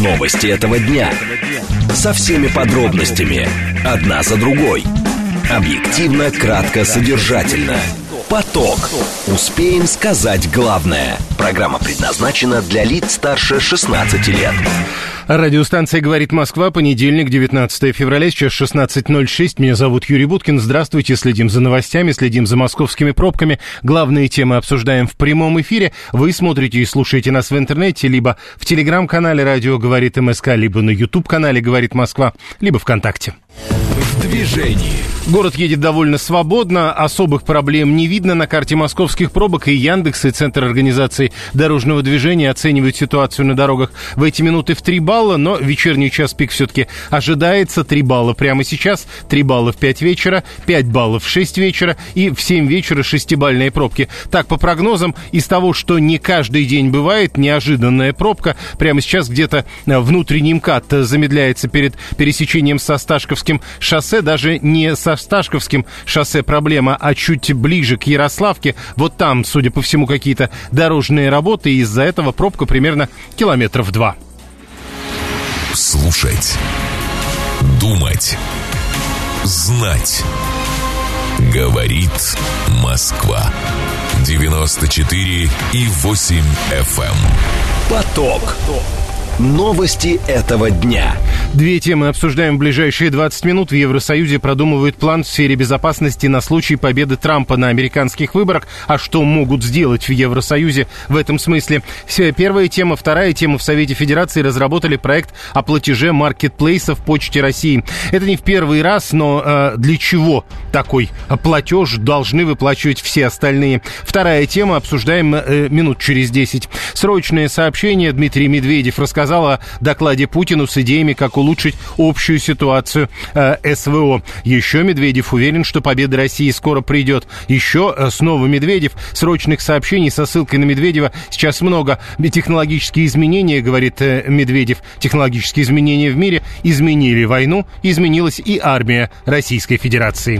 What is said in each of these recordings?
Новости этого дня. Со всеми подробностями. Одна за другой. Объективно, кратко, содержательно. Поток. Успеем сказать главное. Программа предназначена для лиц старше 16 лет. Радиостанция «Говорит Москва», понедельник, 19 февраля, сейчас 16:06. Меня зовут Юрий Буткин. Здравствуйте, следим за новостями, следим за московскими пробками. Главные темы обсуждаем в прямом эфире. Вы смотрите и слушаете нас в интернете, либо в телеграм-канале «Радио говорит МСК», либо на YouTube-канале «Говорит Москва», либо ВКонтакте. В движении. Город едет довольно свободно, особых проблем не видно на карте московских пробок, и Яндекс, и Центр организации дорожного движения оценивают ситуацию на дорогах в эти минуты в 3 балла, но вечерний час пик все-таки ожидается. 3 балла прямо сейчас, 3 балла в 5 вечера, 5 баллов в 6 вечера и в 7 вечера 6-бальные пробки. Так, по прогнозам, из того, что не каждый день бывает, неожиданная пробка. Прямо сейчас где-то внутренний МКАД замедляется перед пересечением со Осташковским шоссе, даже не со Осташковским шоссе проблема, а чуть ближе к Ярославке. Вот там, судя по всему, какие-то дорожные работы, и из-за этого пробка примерно километров 2. Слушать, думать, знать. Говорит Москва. 94,8 FM. Поток. Новости этого дня. Две темы обсуждаем в ближайшие 20 минут. В Евросоюзе продумывают план в сфере безопасности на случай победы Трампа на американских выборах. А что могут сделать в Евросоюзе в этом смысле? Первая тема. Вторая тема. В Совете Федерации разработали проект о платеже маркетплейса в Почте России. Это не в первый раз, но для чего такой платеж должны выплачивать все остальные? Вторая тема. Обсуждаем минут через 10. Срочное сообщение. Дмитрий Медведев рассказал о докладе Путину с идеями, как улучшить общую ситуацию СВО. Еще Медведев уверен, что победа России скоро придет. Еще снова Медведев. Срочных сообщений со ссылкой на Медведева сейчас много. Технологические изменения, говорит Медведев, технологические изменения в мире изменили войну, изменилась и армия Российской Федерации.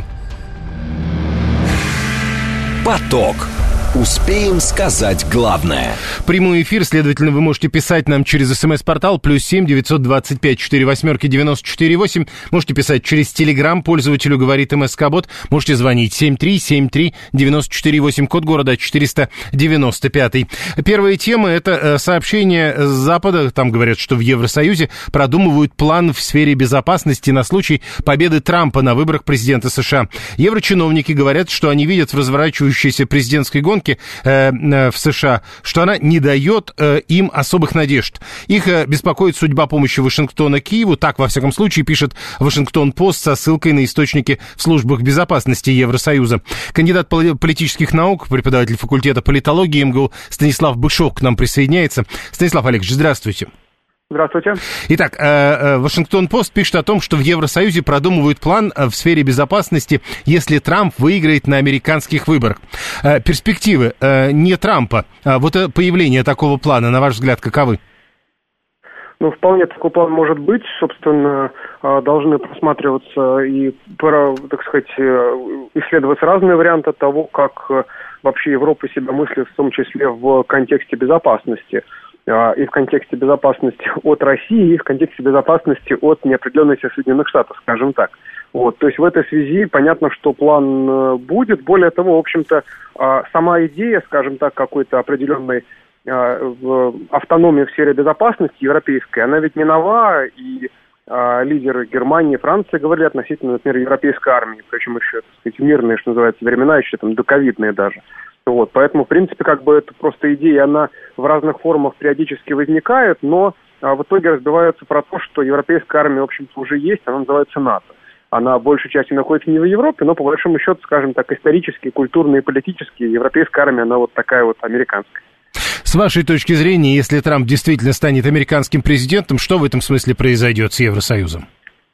Поток. Успеем сказать главное. Прямой эфир, следовательно, вы можете писать нам через СМС-портал +7 925 48 94 8. Можете писать через Телеграм, пользователю говорит МСК-бот. Можете звонить 7373 94 8, код города 495. Первая тема — это сообщение с Запада. Там говорят, что в Евросоюзе продумывают план в сфере безопасности на случай победы Трампа на выборах президента США. Еврочиновники говорят, что они видят в разворачивающейся президентской гонке в США, что она не дает им особых надежд. Их беспокоит судьба помощи Вашингтона Киеву. Так, во всяком случае, пишет Вашингтон-Пост со ссылкой на источники в службах безопасности Евросоюза. Кандидат политических наук, преподаватель факультета политологии МГУ Станислав Бышов к нам присоединяется. Станислав Олегович, здравствуйте. Здравствуйте. Итак, Вашингтон-Пост пишет о том, что в Евросоюзе продумывают план в сфере безопасности, если Трамп выиграет на американских выборах. Перспективы не Трампа, вот появление такого плана, на ваш взгляд, каковы? Ну, вполне такой план может быть. Собственно, должны просматриваться и, так сказать, исследоваться разные варианты того, как вообще Европа себя мыслит, в том числе в контексте безопасности. И в контексте безопасности от России, и в контексте безопасности от неопределенности Соединенных Штатов, скажем так. Вот, то есть в этой связи понятно, что план будет. Более того, в общем-то, сама идея, скажем так, какой-то определенной автономии в сфере безопасности европейской, она ведь не нова, и лидеры Германии, Франции говорили относительно, например, европейской армии, причем еще, так сказать, мирные, что называется, времена, еще там доковидные даже. Вот, поэтому, в принципе, как бы это просто идея, она в разных формах периодически возникает, но в итоге разбивается про то, что европейская армия, в общем-то, уже есть, она называется НАТО. Она большей частью находится не в Европе, но, по большому счету, скажем так, исторически, культурно и политически, европейская армия, она вот такая вот американская. С вашей точки зрения, если Трамп действительно станет американским президентом, что в этом смысле произойдет с Евросоюзом?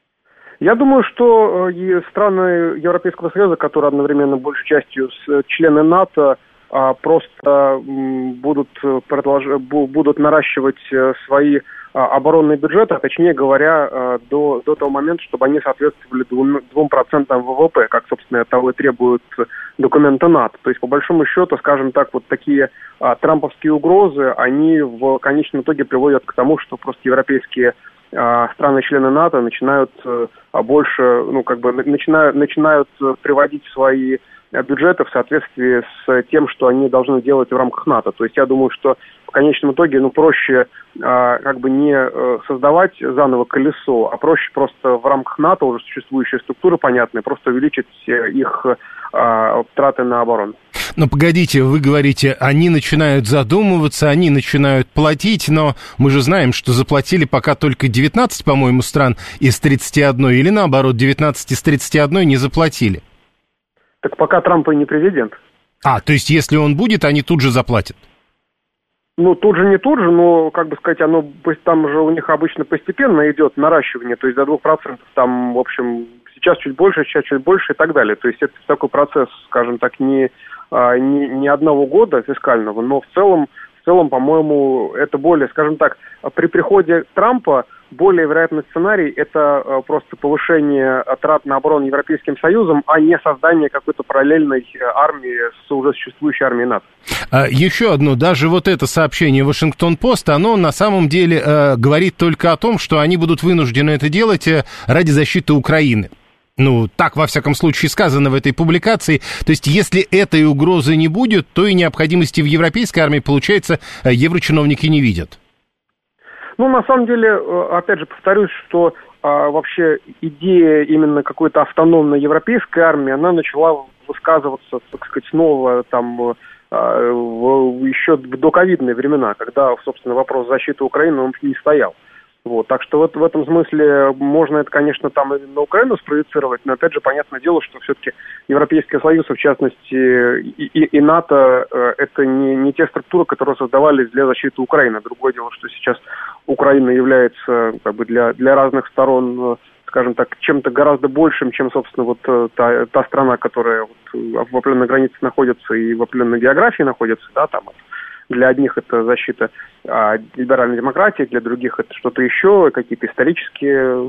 Я думаю, что и страны Европейского Союза, которые одновременно большей частью члены НАТО, просто будут наращивать свои оборонные бюджеты, а точнее говоря, до того момента, чтобы они соответствовали 2% ВВП, как, собственно, того и требуют документы НАТО. То есть, по большому счету, скажем так, вот такие трамповские угрозы, они в конечном итоге приводят к тому, что просто европейские страны-члены НАТО начинают больше, начинают приводить свои бюджеты в соответствии с тем, что они должны делать в рамках НАТО. То есть я думаю, что в конечном итоге проще не создавать заново колесо, а проще просто в рамках НАТО уже существующие структуры понятные, просто увеличить их траты на оборону. Но погодите, вы говорите, они начинают задумываться, они начинают платить, но мы же знаем, что заплатили пока только 19, по-моему, стран из 31, или наоборот, 19 из 31 не заплатили. Так пока Трамп и не президент. То есть если он будет, они тут же заплатят? Тут же не тут же, но, там же у них обычно постепенно идет наращивание, то есть до 2%, там, в общем, сейчас чуть больше и так далее. То есть это такой процесс, скажем так, не одного года фискального, но в целом, по-моему, это более, скажем так, при приходе Трампа более вероятный сценарий – это просто повышение трат на оборону Европейским Союзом, а не создание какой-то параллельной армии с уже существующей армией НАТО. Еще одно, даже вот это сообщение Вашингтон-Пост, оно на самом деле говорит только о том, что они будут вынуждены это делать ради защиты Украины. Так, во всяком случае, сказано в этой публикации. То есть, если этой угрозы не будет, то и необходимости в европейской армии, получается, еврочиновники не видят. На самом деле, опять же, повторюсь, что вообще идея именно какой-то автономной европейской армии, она начала высказываться, так сказать, снова еще в доковидные времена, когда, собственно, вопрос защиты Украины он не стоял. Так что в этом смысле можно это, конечно, там и на Украину спроецировать, но, опять же, понятное дело, что все-таки Европейский Союз, в частности, и НАТО, это не те структуры, которые создавались для защиты Украины. Другое дело, что сейчас Украина является для разных сторон, скажем так, чем-то гораздо большим, чем, собственно, та страна, которая в определенной границе находится и в определенной географии находится, там. Для одних это защита либеральной демократии, для других это что-то еще, какие-то исторические,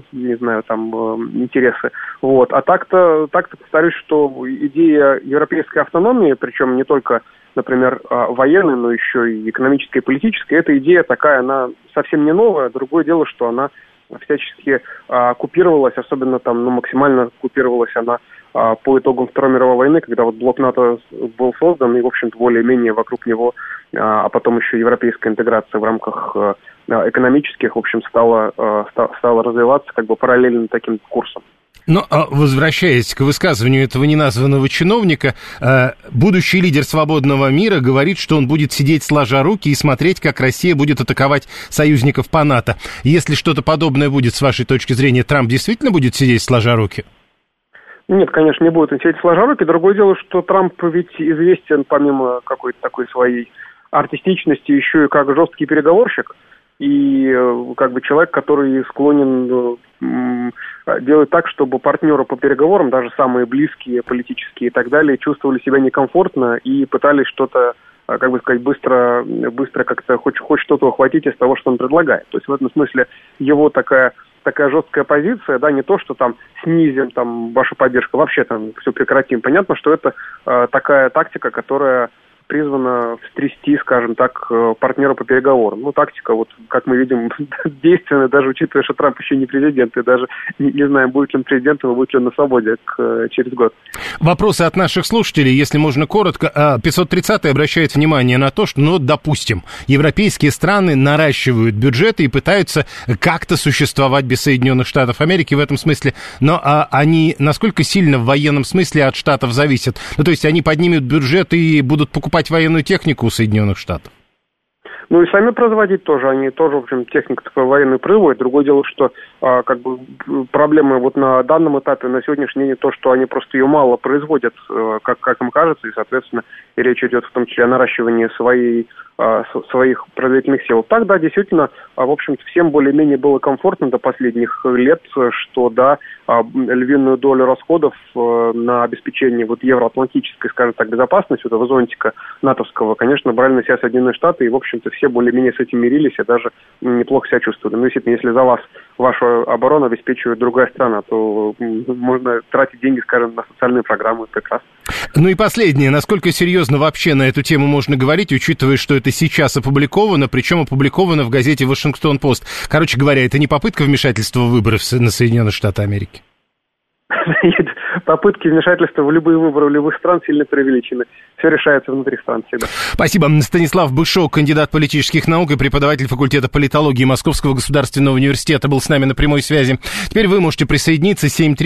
интересы. А так-то повторюсь, что идея европейской автономии, причем не только, например, военной, но еще и экономической и политической, эта идея такая, она совсем не новая. Другое дело, что она всячески купировалась, особенно максимально купировалась она по итогам Второй мировой войны, когда блок НАТО был создан, и, в общем-то, более-менее вокруг него, а потом еще европейская интеграция в рамках экономических, в общем, стала развиваться параллельно таким курсом. Но, возвращаясь к высказыванию этого неназванного чиновника, будущий лидер свободного мира говорит, что он будет сидеть сложа руки и смотреть, как Россия будет атаковать союзников по НАТО. Если что-то подобное будет, с вашей точки зрения, Трамп действительно будет сидеть сложа руки? Нет, конечно, не будет он сидеть сложа руки. Другое дело, что Трамп ведь известен, помимо какой-то такой своей артистичности, еще и как жесткий переговорщик. И человек, который склонен делать так, чтобы партнеры по переговорам, даже самые близкие, политические и так далее, чувствовали себя некомфортно и пытались что-то, быстро как-то хоть что-то ухватить из того, что он предлагает. То есть в этом смысле его такая жесткая позиция, не то, что снизим вашу поддержку, вообще все прекратим. Понятно, что это такая тактика, которая призвана встрясти, скажем так, партнера по переговорам. Тактика, как мы видим, действенная, даже учитывая, что Трамп еще не президент, и даже не знаем, будет ли он президентом, и будет ли он на свободе через год. Вопросы от наших слушателей, если можно коротко. 530-й обращает внимание на то, что, допустим, европейские страны наращивают бюджеты и пытаются как-то существовать без Соединенных Штатов Америки в этом смысле, но они насколько сильно в военном смысле от Штатов зависят? То есть они поднимут бюджет и будут покупать военную технику у Соединенных Штатов? И сами производить тоже. Они тоже, в общем, технику такую военную производят. Другое дело, что проблемы на данном этапе, на сегодняшний день, то, что они просто ее мало производят, как им кажется, и, соответственно, речь идет в том числе о наращивании своей своих производительных сил. Так, да, действительно, в общем-то, всем более-менее было комфортно до последних лет, что, да, львиную долю расходов на обеспечение вот евроатлантической, скажем так, безопасности, этого зонтика натовского, конечно, брали на себя Соединенные Штаты, и, в общем-то, все более-менее с этим мирились и даже неплохо себя чувствовали. Ну, действительно, если за вас вашу оборону обеспечивает другая страна, то можно тратить деньги, скажем, на социальные программы прекрасно. Ну и последнее. Насколько серьезно вообще на эту тему можно говорить, учитывая, что это сейчас опубликовано, причем опубликовано в газете «Вашингтон-Пост». Короче говоря, это не попытка вмешательства в выборы на Соединенные Штаты Америки? Попытки вмешательства в любые выборы любых стран сильно преувеличены. Все решается внутри стран всегда. Спасибо. Станислав Бышок, кандидат политических наук и преподаватель факультета политологии Московского государственного университета, был с нами на прямой связи. Теперь вы можете присоединиться.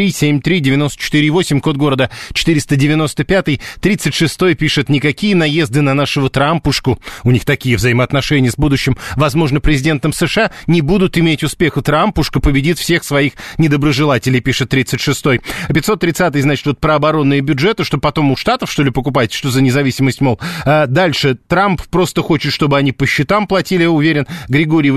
7373948, код города 495. 36-й пишет: никакие наезды на нашего Трампушку, у них такие взаимоотношения с будущим, возможно, президентом США, не будут иметь успеха. Трампушка победит всех своих недоброжелателей, пишет 36-й. 530-й, значит, вот про оборонные бюджеты, что потом у Штатов, что ли, покупать, что за независимость, мол. Дальше. Трамп просто хочет, чтобы они по счетам платили, уверен. Григорий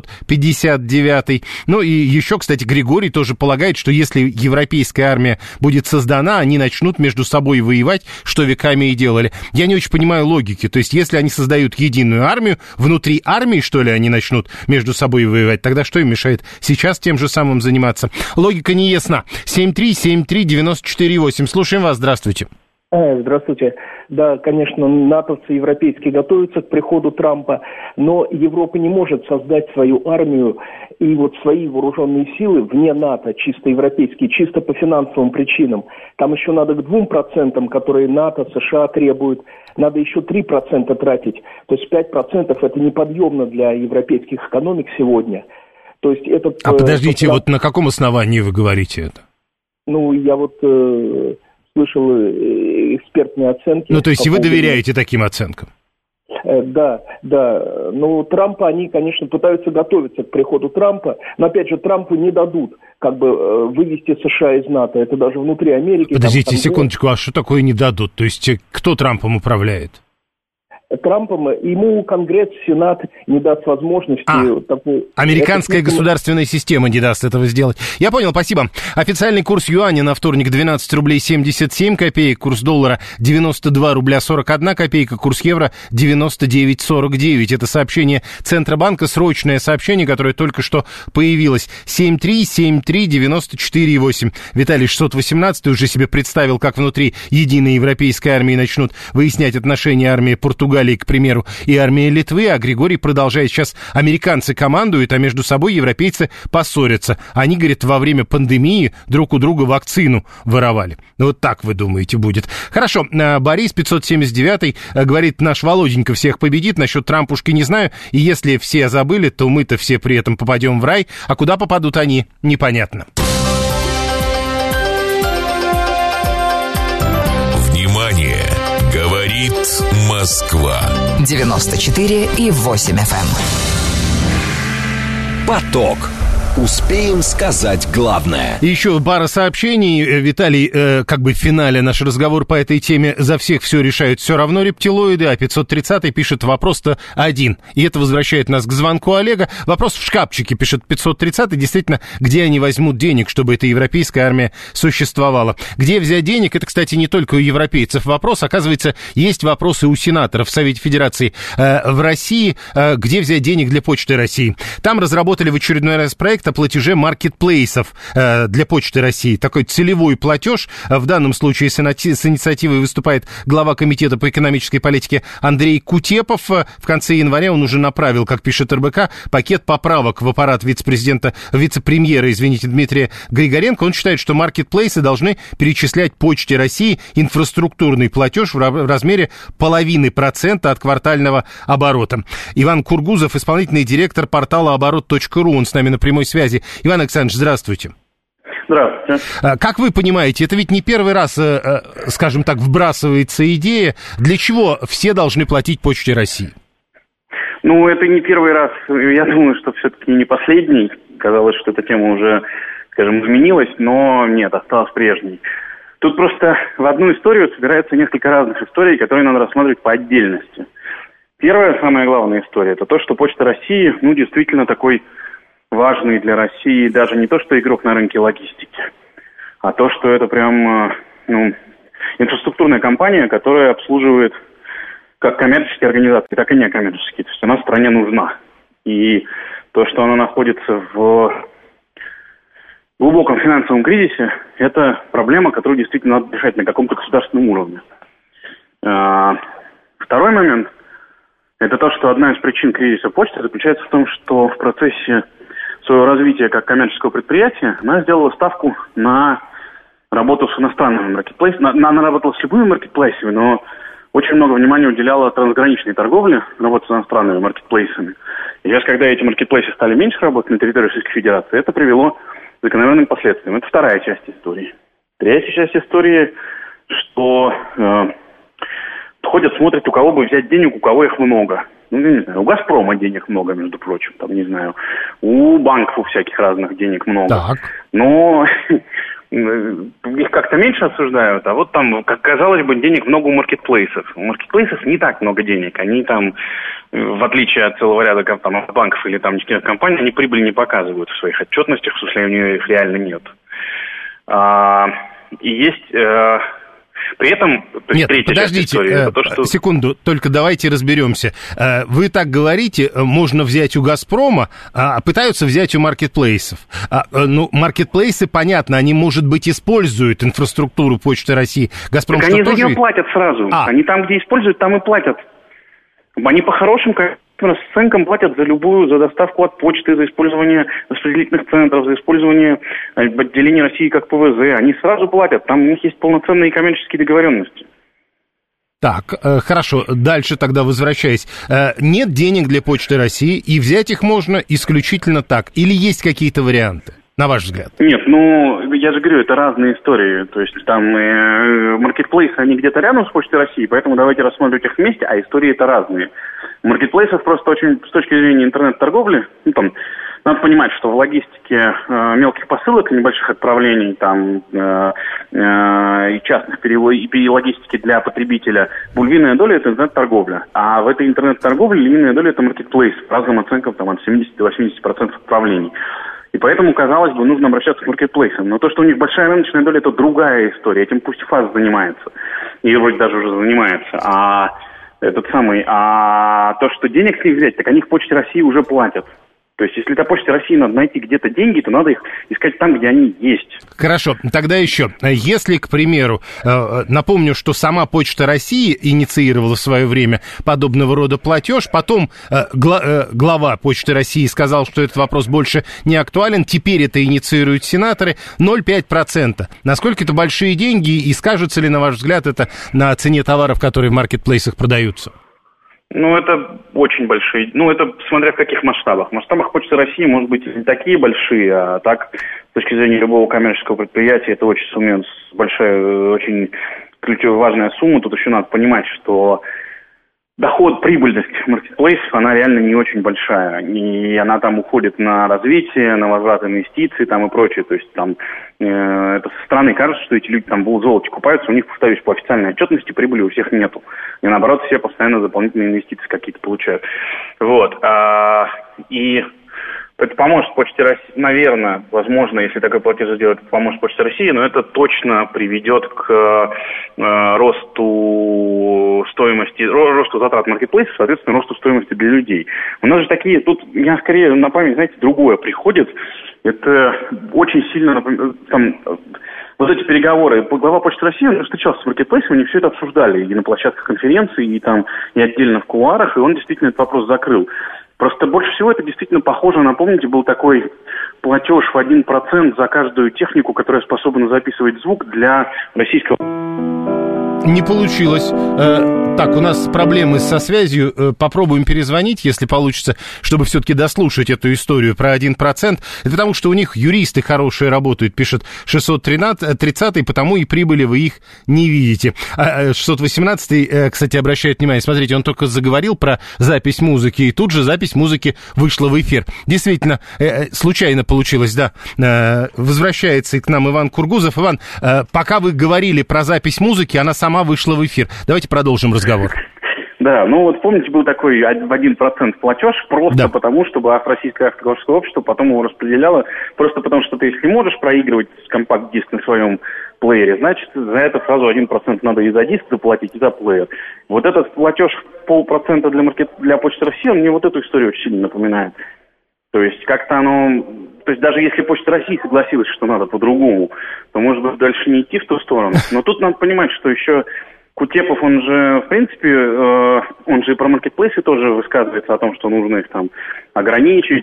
859-й. Ну и еще, кстати, Григорий тоже полагает, что если европейская армия будет создана, они начнут между собой воевать, что веками и делали. Я не очень понимаю логики. То есть, если они создают единую армию, внутри армии, что ли, они начнут между собой воевать, тогда что им мешает сейчас тем же самым заниматься? Логика не ясна. 7373948. Слушаем вас. Здравствуйте. Здравствуйте. Да, конечно, натовцы европейские готовятся к приходу Трампа, но Европа не может создать свою армию и вот свои вооруженные силы вне НАТО, чисто европейские, чисто по финансовым причинам. Там еще надо к 2%, которые НАТО, США требуют, надо еще 3% тратить. То есть 5% это неподъемно для европейских экономик сегодня. То есть это... подождите, вот на каком основании вы говорите это? Ну, я вот слышал экспертные оценки. Ну, то есть вы доверяете таким оценкам? Да. Ну, Трампа, они, конечно, пытаются готовиться к приходу Трампа, но, опять же, Трампу не дадут как бы вывести США из НАТО. Это даже внутри Америки. Подождите секундочку, а что такое не дадут? То есть кто Трампом управляет? Трампом, ему Конгресс, Сенат не даст возможности... Американская государственная система не даст этого сделать. Я понял, спасибо. Официальный курс юаня на вторник 12 рублей 77 копеек, курс доллара 92 рубля 41 копейка, курс евро 99,49. Это сообщение Центробанка, срочное сообщение, которое только что появилось. 7373948. Виталий 618 уже себе представил, как внутри единой европейской армии начнут выяснять отношения армии Португалии, к примеру, и армия Литвы, а Григорий продолжает: сейчас американцы командуют, а между собой европейцы поссорятся. Они, говорит, во время пандемии друг у друга вакцину воровали. Вот так, вы думаете, будет. Хорошо, Борис 579 говорит: наш Володенька всех победит, насчет Трампушки не знаю, и если все забыли, то мы-то все при этом попадем в рай, а куда попадут они, непонятно. Внимание! Говорит Москва. 94,8 FM. Поток. Успеем сказать главное. И еще пара сообщений. Виталий, как бы в финале наш разговор по этой теме: за всех все решают все равно рептилоиды, а 530 пишет: вопрос-то один. И это возвращает нас к звонку Олега. Вопрос в шкафчике, пишет 530. Действительно, где они возьмут денег, чтобы эта европейская армия существовала? Где взять денег? Это, кстати, не только у европейцев вопрос. Оказывается, есть вопросы у сенаторов в Совете Федерации в России. Где взять денег для Почты России? Там разработали в очередной раз проект о платеже маркетплейсов для Почты России. Такой целевой платеж. В данном случае с инициативой выступает глава Комитета по экономической политике Андрей Кутепов. В конце января он уже направил, как пишет РБК, пакет поправок в аппарат вице-премьера Дмитрия Григоренко. Он считает, что маркетплейсы должны перечислять Почте России инфраструктурный платеж в размере 0,5% от квартального оборота. Иван Кургузов, исполнительный директор портала оборот.ру. Он с нами на прямой связи. Иван Александрович, здравствуйте. Здравствуйте. Как вы понимаете, это ведь не первый раз, скажем так, вбрасывается идея, для чего все должны платить Почте России? Ну, это не первый раз. Я думаю, что все-таки не последний. Казалось, что эта тема уже, скажем, изменилась, но нет, осталась прежней. Тут просто в одну историю собирается несколько разных историй, которые надо рассматривать по отдельности. Первая, самая главная история, это то, что Почта России, действительно такой важный для России, даже не то, что игрок на рынке логистики, а то, что это прям, инфраструктурная компания, которая обслуживает как коммерческие организации, так и некоммерческие. То есть она в стране нужна. И то, что она находится в глубоком финансовом кризисе, это проблема, которую действительно надо решать на каком-то государственном уровне. Второй момент – это то, что одна из причин кризиса почты заключается в том, что в процессе своего развития как коммерческого предприятия она сделала ставку на работу с иностранными маркетплейсами. Она работала с любыми маркетплейсами, но очень много внимания уделяла трансграничной торговле, работе с иностранными маркетплейсами. И сейчас, когда эти маркетплейсы стали меньше работать на территории Российской Федерации, это привело к закономерным последствиям. Это вторая часть истории. Третья часть истории, что ходят, смотрят, у кого бы взять денег, у кого их много. Не знаю, у «Газпрома» денег много, между прочим, не знаю. У банков у всяких разных денег много. Так. Но их как-то меньше обсуждают, а вот там, как казалось бы, денег много у маркетплейсов. У маркетплейсов не так много денег. Они там, в отличие от целого ряда банков или нефтяных компаний, они прибыль не показывают в своих отчетностях, в смысле, у них их реально нет. И есть... При этом, то есть, нет, подождите, истории, это то, что... секунду, только давайте разберемся. Вы так говорите, можно взять у «Газпрома», а пытаются взять у маркетплейсов. Маркетплейсы, понятно, они, может быть, используют инфраструктуру Почты России. «Газпром» так что, они тоже... за нее платят сразу. Они там, где используют, там и платят. Они по-хорошему расценкам платят за доставку от почты, за использование распределительных центров, за использование отделения России как ПВЗ. Они сразу платят, там у них есть полноценные коммерческие договоренности. Так, хорошо, дальше тогда возвращаясь. Нет денег для Почты России, и взять их можно исключительно так. Или есть какие-то варианты, на ваш взгляд? Нет, я же говорю, это разные истории. То есть там маркетплейсы, они где-то рядом с Почтой России, поэтому давайте рассмотреть их вместе, а истории это разные. Маркетплейсов просто очень, с точки зрения интернет-торговли, надо понимать, что в логистике мелких посылок и небольших отправлений и частных переводов, и логистики для потребителя, львиная доля – это интернет-торговля. А в этой интернет-торговле львиная доля – это маркетплейс, по разным оценкам от 70 до 80% отправлений. И поэтому, казалось бы, нужно обращаться к маркетплейсам. Но то, что у них большая рыночная доля, это другая история. Этим пусть ФАС занимается. И вроде даже уже занимается. А то, что денег с них взять, так они в Почте России уже платят. То есть, если для Почты России надо найти где-то деньги, то надо их искать там, где они есть. Хорошо, тогда еще. Если, к примеру, напомню, что сама Почта России инициировала в свое время подобного рода платеж, потом глава Почты России сказал, что этот вопрос больше не актуален, теперь это инициируют сенаторы, 0,5%. Насколько это большие деньги, и скажется ли, на ваш взгляд, это на цене товаров, которые в маркетплейсах продаются? Это очень большие. Это смотря в каких масштабах. В масштабах Почты России, может быть, не такие большие, а так, с точки зрения любого коммерческого предприятия, это очень большая, очень ключевая, важная сумма. Тут еще надо понимать, что прибыльность маркетплейсов, она реально не очень большая. И она там уходит на развитие, на возврат инвестиций и прочее. То есть это со стороны кажется, что эти люди в золоте купаются, у них, повторюсь, по официальной отчетности прибыли у всех нету. И наоборот, все постоянно дополнительные инвестиции какие-то получают. И это поможет Почте России, наверное, возможно, если такой платеж сделать, это поможет Почте России, но это точно приведет к росту затрат маркетплейсов, соответственно, росту стоимости для людей. У нас же тут я скорее на память, другое приходит. Это очень сильно вот эти переговоры. Глава Почты России, он встречался с маркетплейсами, они все это обсуждали и на площадках конференции, и отдельно в кулуарах, и он действительно этот вопрос закрыл. Просто больше всего это действительно похоже, напомните, был такой платеж в 1% за каждую технику, которая способна записывать звук для российского... Не получилось. Так, у нас проблемы со связью. Попробуем перезвонить, если получится, чтобы все-таки дослушать эту историю про 1%. Это потому, что у них юристы хорошие работают, пишет 630-й, потому и прибыли вы их не видите. 618-й, кстати, обращает внимание, смотрите, он только заговорил про запись музыки, и тут же запись музыки вышла в эфир. Действительно, случайно получилось, да. Возвращается к нам Иван Кургузов. Иван, пока вы говорили про запись музыки, она сама вышла в эфир. Давайте продолжим разговор. Да, ну вот помните, был такой в 1% платеж просто потому, чтобы Российское автографическое общество потом его распределяло, просто потому что ты, если можешь проигрывать компакт-диск на своем плеере, значит, за это сразу 1% надо и за диск заплатить, и за плеер. Вот этот платеж 0,5% для Почты России, он мне вот эту историю очень сильно напоминает. То есть как-то оно... То есть даже если Почта России согласилась, что надо по-другому, то, может быть, дальше не идти в ту сторону. Но тут надо понимать, что еще... Кутепов, он же, в принципе, он же и про маркетплейсы тоже высказывается о том, что нужно их там ограничить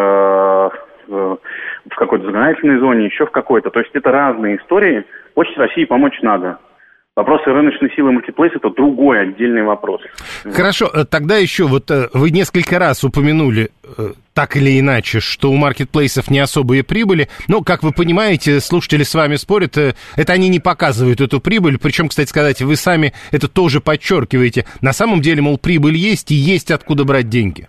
в какой-то законодательной зоне, еще в какой-то. То есть это разные истории. Почте России помочь надо. Вопросы рыночной силы маркетплейса – это другой отдельный вопрос. Хорошо, тогда еще вот вы несколько раз упомянули так или иначе, что у маркетплейсов не особые прибыли, но, как вы понимаете, слушатели с вами спорят, это они не показывают эту прибыль, причем, кстати сказать, вы сами это тоже подчеркиваете. На самом деле, мол, прибыль есть и есть откуда брать деньги.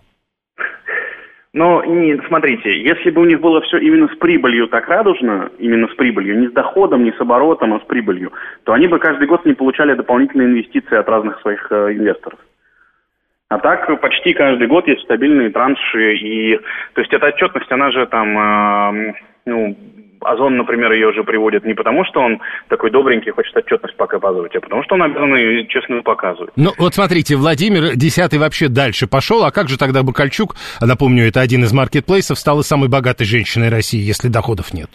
Но, смотрите, если бы у них было все именно с прибылью так радужно, именно с прибылью, не с доходом, не с оборотом, а с прибылью, то они бы каждый год не получали дополнительные инвестиции от разных своих инвесторов. А так почти каждый год есть стабильные транши, и, то есть эта отчетность, она же там, Озон, например, ее уже приводит не потому, что он такой добренький, хочет отчетность показывать, а потому что он обязан ее честно показывать. Ну, вот смотрите, Владимир 10-й вообще дальше пошел, а как же тогда Бакальчук, напомню, это один из маркетплейсов, стала самой богатой женщиной России, если доходов нет?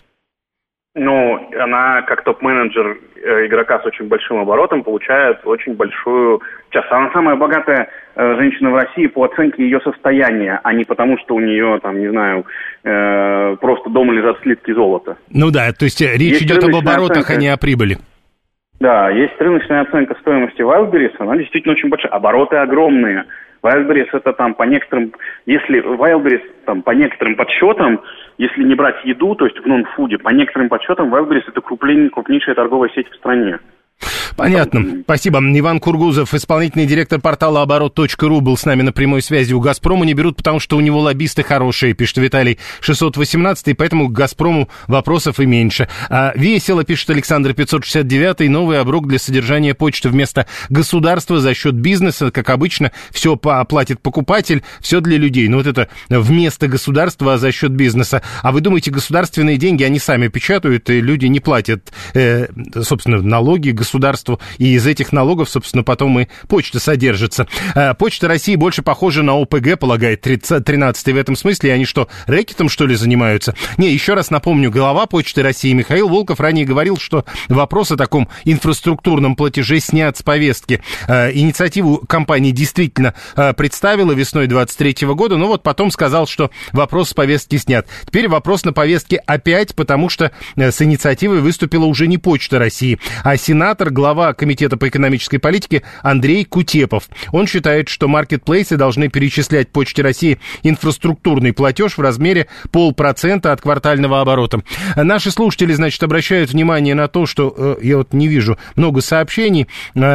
Ну, она как топ-менеджер игрока с очень большим оборотом получает очень большую часть. Она самая богатая женщина в России по оценке ее состояния, а не потому, что у нее, там, не знаю, просто дома лежат слитки золота. Ну да, то есть речь идет об оборотах, а не о прибыли. Да, есть рыночная оценка стоимости Wildberries, она действительно очень большая. Обороты огромные. Wildberries это там по некоторым, если Wildberries там по некоторым подсчетам, если не брать еду, то есть в нон-фуде, по некоторым подсчетам Wildberries это крупнейшая торговая сеть в стране. Понятно. Спасибо. Иван Кургузов, исполнительный директор портала оборот.ру, был с нами на прямой связи. У «Газпрома» не берут, потому что у него лоббисты хорошие, пишет Виталий 618, и поэтому к «Газпрому» вопросов и меньше. Весело, пишет Александр 569, новый оброк для содержания почты вместо государства за счет бизнеса. Как обычно, все оплатит покупатель, все для людей. Но вот это вместо государства, а за счет бизнеса. А вы думаете, государственные деньги они сами печатают, и люди не платят, собственно, налоги государству, и из этих налогов, собственно, потом и почта содержится. Почта России больше похожа на ОПГ, полагает 13-й в этом смысле. И они что, рэкетом, что ли, занимаются? Не, еще раз напомню, глава Почты России Михаил Волков ранее говорил, что вопрос о таком инфраструктурном платеже снят с повестки. Инициативу компания действительно представила весной 23 года, но вот потом сказал, что вопрос с повестки снят. Теперь вопрос на повестке опять, потому что с инициативой выступила уже не Почта России, а сенатор, глава Комитета по экономической политике Андрей Кутепов. Он считает, что маркетплейсы должны перечислять Почте России инфраструктурный платеж в размере 0,5% от квартального оборота. Наши слушатели, значит, обращают внимание на то, что я вот не вижу много сообщений,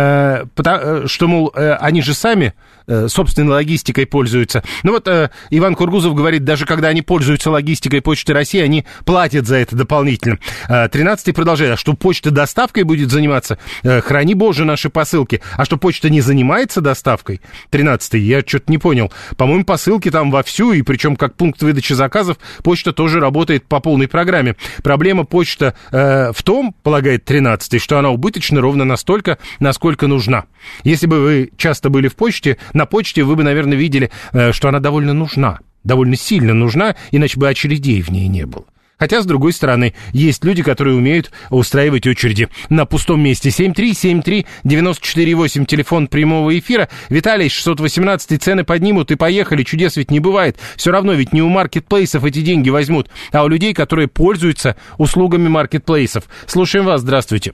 что, мол, они же сами собственной логистикой пользуются. Ну вот Иван Кургузов говорит, даже когда они пользуются логистикой Почты России, они платят за это дополнительно. 13-й продолжает, а что почта доставкой будет заниматься? Храни Боже наши посылки. А что почта не занимается доставкой? 13-й, я что-то не понял. По-моему, посылки там вовсю, и причем как пункт выдачи заказов почта тоже работает по полной программе. Проблема почта в том, полагает 13-й, что она убыточна ровно настолько, насколько нужна. Если бы вы часто были на почте, вы бы, наверное, видели, что она довольно нужна, довольно сильно нужна, иначе бы очередей в ней не было. Хотя, с другой стороны, есть люди, которые умеют устраивать очереди на пустом месте. 7373948, телефон прямого эфира. Виталий, 618, цены поднимут и поехали. Чудес ведь не бывает. Все равно ведь не у маркетплейсов эти деньги возьмут, а у людей, которые пользуются услугами маркетплейсов. Слушаем вас, здравствуйте.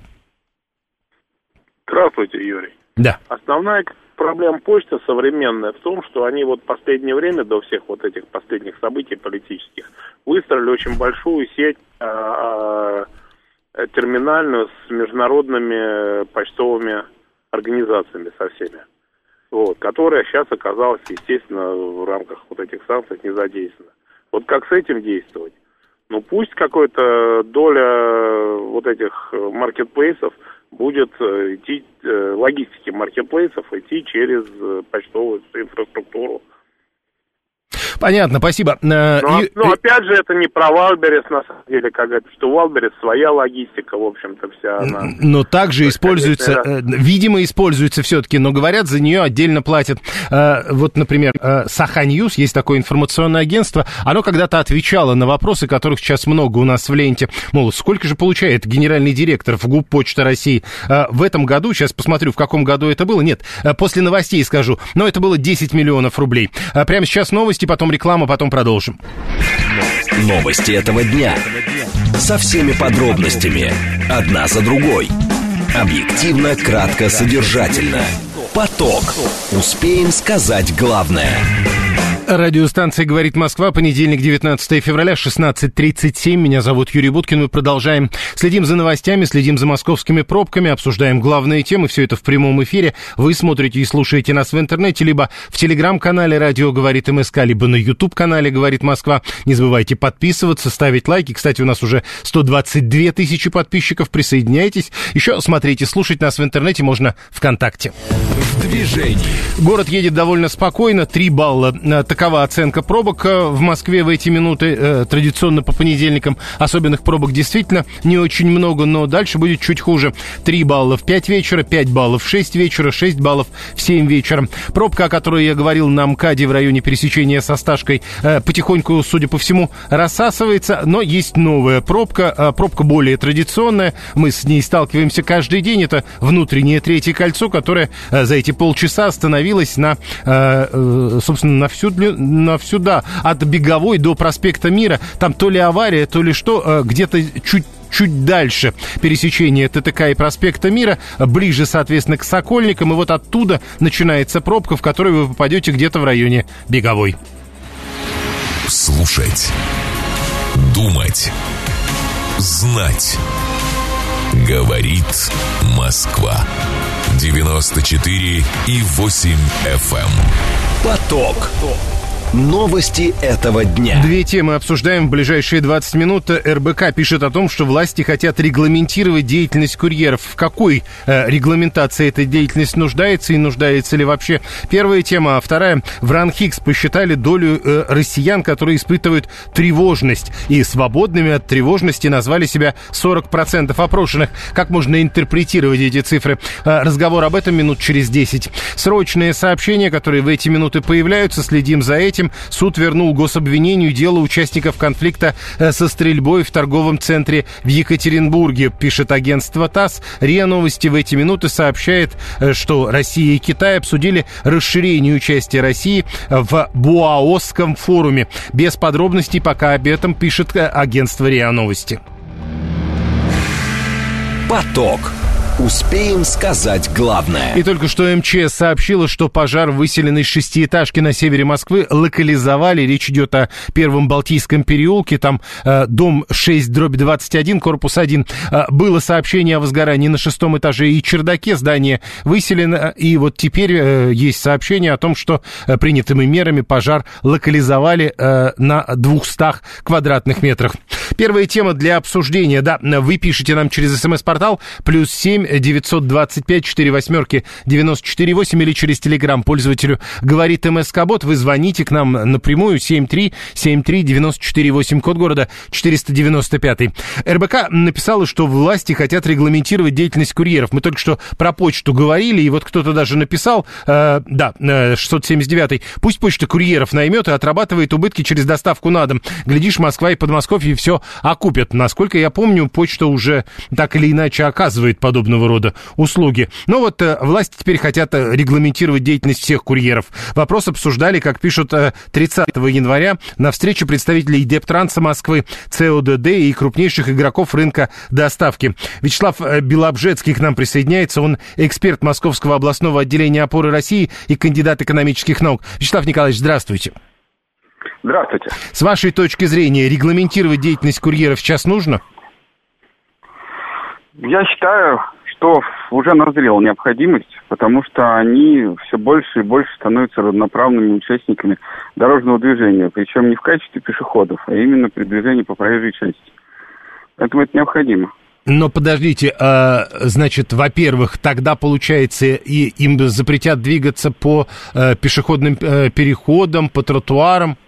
Здравствуйте, Юрий. Да. Основная проблема почты современная в том, что они вот в последнее время, до всех вот этих последних событий политических, выстроили очень большую сеть терминальную с международными почтовыми организациями со всеми, вот, которая сейчас оказалась, естественно, в рамках вот этих санкций не задействована. Вот как с этим действовать? Ну, пусть какая-то доля вот этих маркетплейсов будет идти, логистики маркетплейсов идти через почтовую инфраструктуру. Понятно, спасибо. Опять же, это не про Валберес, на самом деле, как говорят, что Валберес своя логистика, в общем-то, вся она... Но также используется, видимо, используется все-таки, но, говорят, за нее отдельно платят. Вот, например, Саха-Ньюс, есть такое информационное агентство, оно когда-то отвечало на вопросы, которых сейчас много у нас в ленте. Мол, сколько же получает генеральный директор в ГУП Почта России? В этом году, сейчас посмотрю, в каком году это было, нет, после новостей скажу, но это было 10 миллионов рублей. Прямо сейчас новости, потом реклама, потом продолжим. Новости этого дня. Со всеми подробностями. Одна за другой. Объективно, кратко, содержательно. Поток. Успеем сказать главное. Радиостанция «Говорит Москва», понедельник, 19 февраля, 16:37. Меня зовут Юрий Буткин. Мы продолжаем. Следим за новостями, следим за московскими пробками, обсуждаем главные темы. Все это в прямом эфире. Вы смотрите и слушаете нас в интернете, либо в телеграм-канале «Радио говорит МСК», либо на YouTube-канале «Говорит Москва». Не забывайте подписываться, ставить лайки. Кстати, у нас уже 122 тысячи подписчиков. Присоединяйтесь. Еще смотрите, слушать нас в интернете можно ВКонтакте. Движение. Город едет довольно спокойно. 3 балла. Такова оценка пробок в Москве в эти минуты. Традиционно по понедельникам особенных пробок действительно не очень много, но дальше будет чуть хуже. 3 балла в 5 вечера, 5 баллов в 6 вечера, 6 баллов в 7 вечера. Пробка, о которой я говорил на МКАДе в районе пересечения со Сташкой, потихоньку, судя по всему, рассасывается, но есть новая пробка. Пробка более традиционная. Мы с ней сталкиваемся каждый день. Это внутреннее третье кольцо, которое за эти полчаса остановилось на, собственно, на всю, да, от Беговой до проспекта Мира. Там то ли авария, то ли что, где-то чуть дальше пересечение ТТК и проспекта Мира, ближе, соответственно, к Сокольникам, и вот оттуда начинается пробка, в которую вы попадете где-то в районе Беговой. Слушать, думать, знать. Говорит Москва. 94,8 FM. Поток. Новости этого дня. 2 темы обсуждаем в ближайшие 20 минут. РБК пишет о том, что власти хотят регламентировать деятельность курьеров. В какой регламентации эта деятельность нуждается и нуждается ли вообще? Первая тема. А вторая. В РАНХИКС посчитали долю россиян, которые испытывают тревожность. И свободными от тревожности назвали себя 40% опрошенных. Как можно интерпретировать эти цифры? Разговор об этом минут через 10. Срочные сообщения, которые в эти минуты появляются. Следим за этим. Суд вернул гособвинению дело участников конфликта со стрельбой в торговом центре в Екатеринбурге, пишет агентство ТАСС. РИА Новости в эти минуты сообщает, что Россия и Китай обсудили расширение участия России в Буаосском форуме. Без подробностей пока об этом пишет агентство РИА Новости. Поток. Успеем сказать главное. И только что МЧС сообщила, что пожар в выселенной 6-этажке на севере Москвы локализовали. Речь идет о Первом Балтийском переулке. Там дом 6/21, корпус 1. Было сообщение о возгорании на 6-м этаже и чердаке. Здание выселено. И вот теперь есть сообщение о том, что принятыми мерами пожар локализовали на 200 квадратных метрах. Первая тема для обсуждения. Да, вы пишете нам через СМС-портал +7 925 48 94 8 или через Телеграм пользователю «Говорит МСК-бот». Вы звоните к нам напрямую 7373 94 8, код города 495. РБК написала, что власти хотят регламентировать деятельность курьеров. Мы только что про почту говорили, и вот кто-то даже написал, 679-й, пусть почта курьеров наймет и отрабатывает убытки через доставку на дом. Глядишь, Москва и Подмосковье все окупят. Насколько я помню, почта уже так или иначе оказывает подобного рода услуги. Но вот власти теперь хотят регламентировать деятельность всех курьеров. Вопрос обсуждали, как пишут, 30 января на встрече представителей Дептранса Москвы, ЦОДД и крупнейших игроков рынка доставки. Вячеслав Белобжецкий к нам присоединяется. Он эксперт Московского областного отделения «Опоры России» и кандидат экономических наук. Вячеслав Николаевич, здравствуйте. Здравствуйте. С вашей точки зрения, регламентировать деятельность курьеров сейчас нужно? Я считаю, что уже назрела необходимость, потому что они все больше и больше становятся равноправными участниками дорожного движения, причем не в качестве пешеходов, а именно при движении по проезжей части. Поэтому это необходимо. Но подождите, значит, во-первых, тогда, получается, и им запретят двигаться по пешеходным переходам, по тротуарам?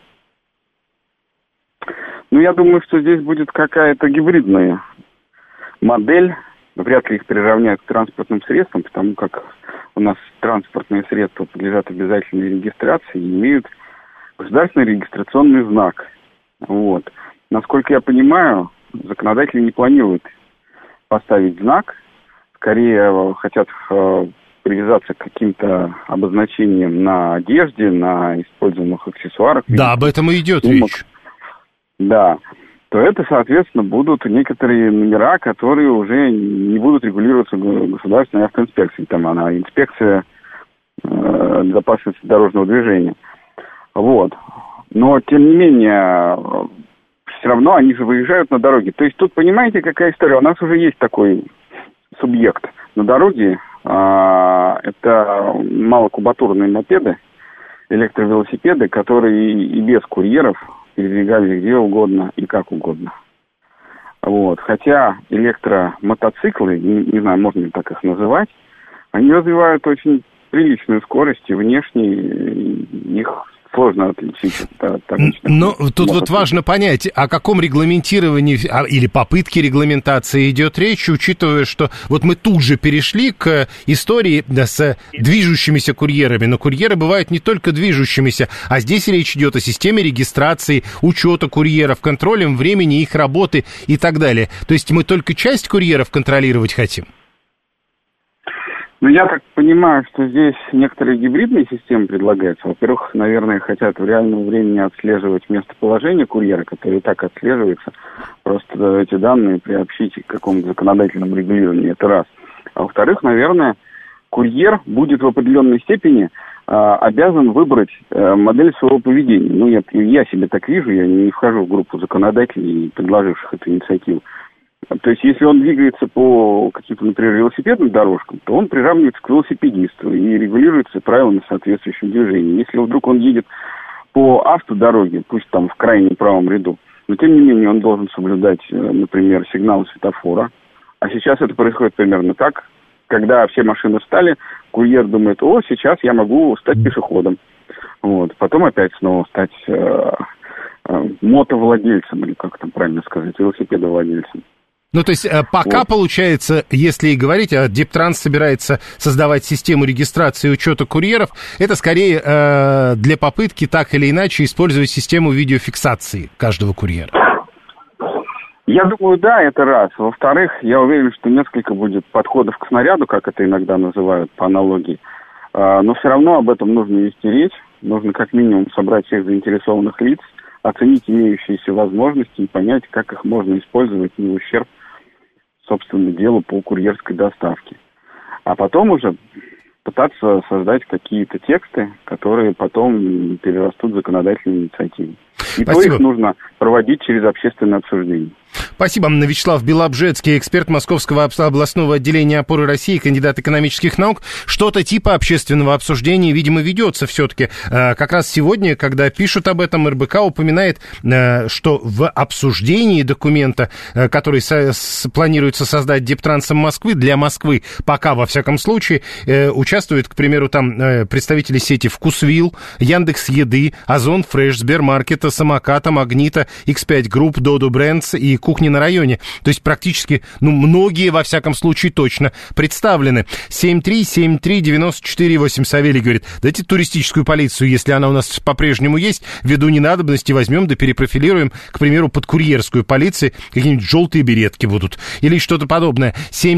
Ну, я думаю, что здесь будет какая-то гибридная модель. Вряд ли их приравняют к транспортным средствам, потому как у нас транспортные средства подлежат обязательной регистрации и имеют государственный регистрационный знак. Вот. Насколько я понимаю, законодатели не планируют поставить знак, скорее хотят привязаться к каким-то обозначениям на одежде, на используемых аксессуарах. Да, об этом и идет речь. Да, то это, соответственно, будут некоторые номера, которые уже не будут регулироваться государственной автоинспекцией. Там она инспекция безопасности дорожного движения. Вот. Но, тем не менее, все равно они же выезжают на дороге. То есть тут, понимаете, какая история? У нас уже есть такой субъект на дороге. Это малокубатурные мопеды, электровелосипеды, которые и без курьеров передвигались где угодно и как угодно. Вот. Хотя электромотоциклы, не знаю, можно ли так их называть, они развивают очень приличную скорость, и внешне их сложно отличить от обычных. Но тут вот важно понять, о каком регламентировании или попытке регламентации идет речь, учитывая, что вот мы тут же перешли к истории с движущимися курьерами. Но курьеры бывают не только движущимися, а здесь речь идет о системе регистрации, учета курьеров, контролем времени их работы и так далее. То есть мы только часть курьеров контролировать хотим? Ну, я так понимаю, что здесь некоторые гибридные системы предлагаются. Во-первых, наверное, хотят в реальном времени отслеживать местоположение курьера, которое и так отслеживается. Просто эти данные приобщить к какому-то законодательному регулированию. Это раз. А во-вторых, наверное, курьер будет в определенной степени обязан выбрать модель своего поведения. Ну, я себе так вижу, я не вхожу в группу законодателей, предложивших эту инициативу. То есть, если он двигается по каким-то, например, велосипедным дорожкам, то он приравнивается к велосипедисту и регулируется правилами соответствующего движения. Если вдруг он едет по автодороге, пусть там в крайнем правом ряду, но тем не менее он должен соблюдать, например, сигналы светофора. А сейчас это происходит примерно так. Когда все машины встали, курьер думает: о, сейчас я могу стать пешеходом. Вот. Потом опять снова стать мотовладельцем, или как там правильно сказать, велосипедовладельцем. Ну, то есть, пока, получается, если и говорить, Дептранс собирается создавать систему регистрации и учета курьеров, это скорее для попытки так или иначе использовать систему видеофиксации каждого курьера. Я думаю, да, это раз. Во-вторых, я уверен, что несколько будет подходов к снаряду, как это иногда называют по аналогии. Но все равно об этом нужно вести речь. Нужно как минимум собрать всех заинтересованных лиц, оценить имеющиеся возможности и понять, как их можно использовать не в ущерб, собственно, делу по курьерской доставке. А потом уже пытаться создать какие-то тексты, которые потом перерастут в законодательные инициативы. И то их нужно проводить через общественное обсуждение. Спасибо. Вячеслав Белобжецкий, эксперт Московского областного отделения «Опоры России», кандидат экономических наук. Что-то типа общественного обсуждения, видимо, ведется все-таки. Как раз сегодня, когда пишут об этом, РБК упоминает, что в обсуждении документа, который планируется создать Дептрансом Москвы, для Москвы пока, во всяком случае, участвуют, к примеру, там представители сети «Вкусвилл», Яндекс.Еды, Озон Фреш, Сбермаркета, Самоката, Магнита, X5 Групп, Додо Брендс и Кухни на районе. То есть практически, многие, во всяком случае, точно представлены. 7373948. Савелий говорит: дайте туристическую полицию, если она у нас по-прежнему есть, ввиду ненадобности возьмем да перепрофилируем, к примеру, под курьерскую полицию, какие-нибудь желтые беретки будут. Или что-то подобное.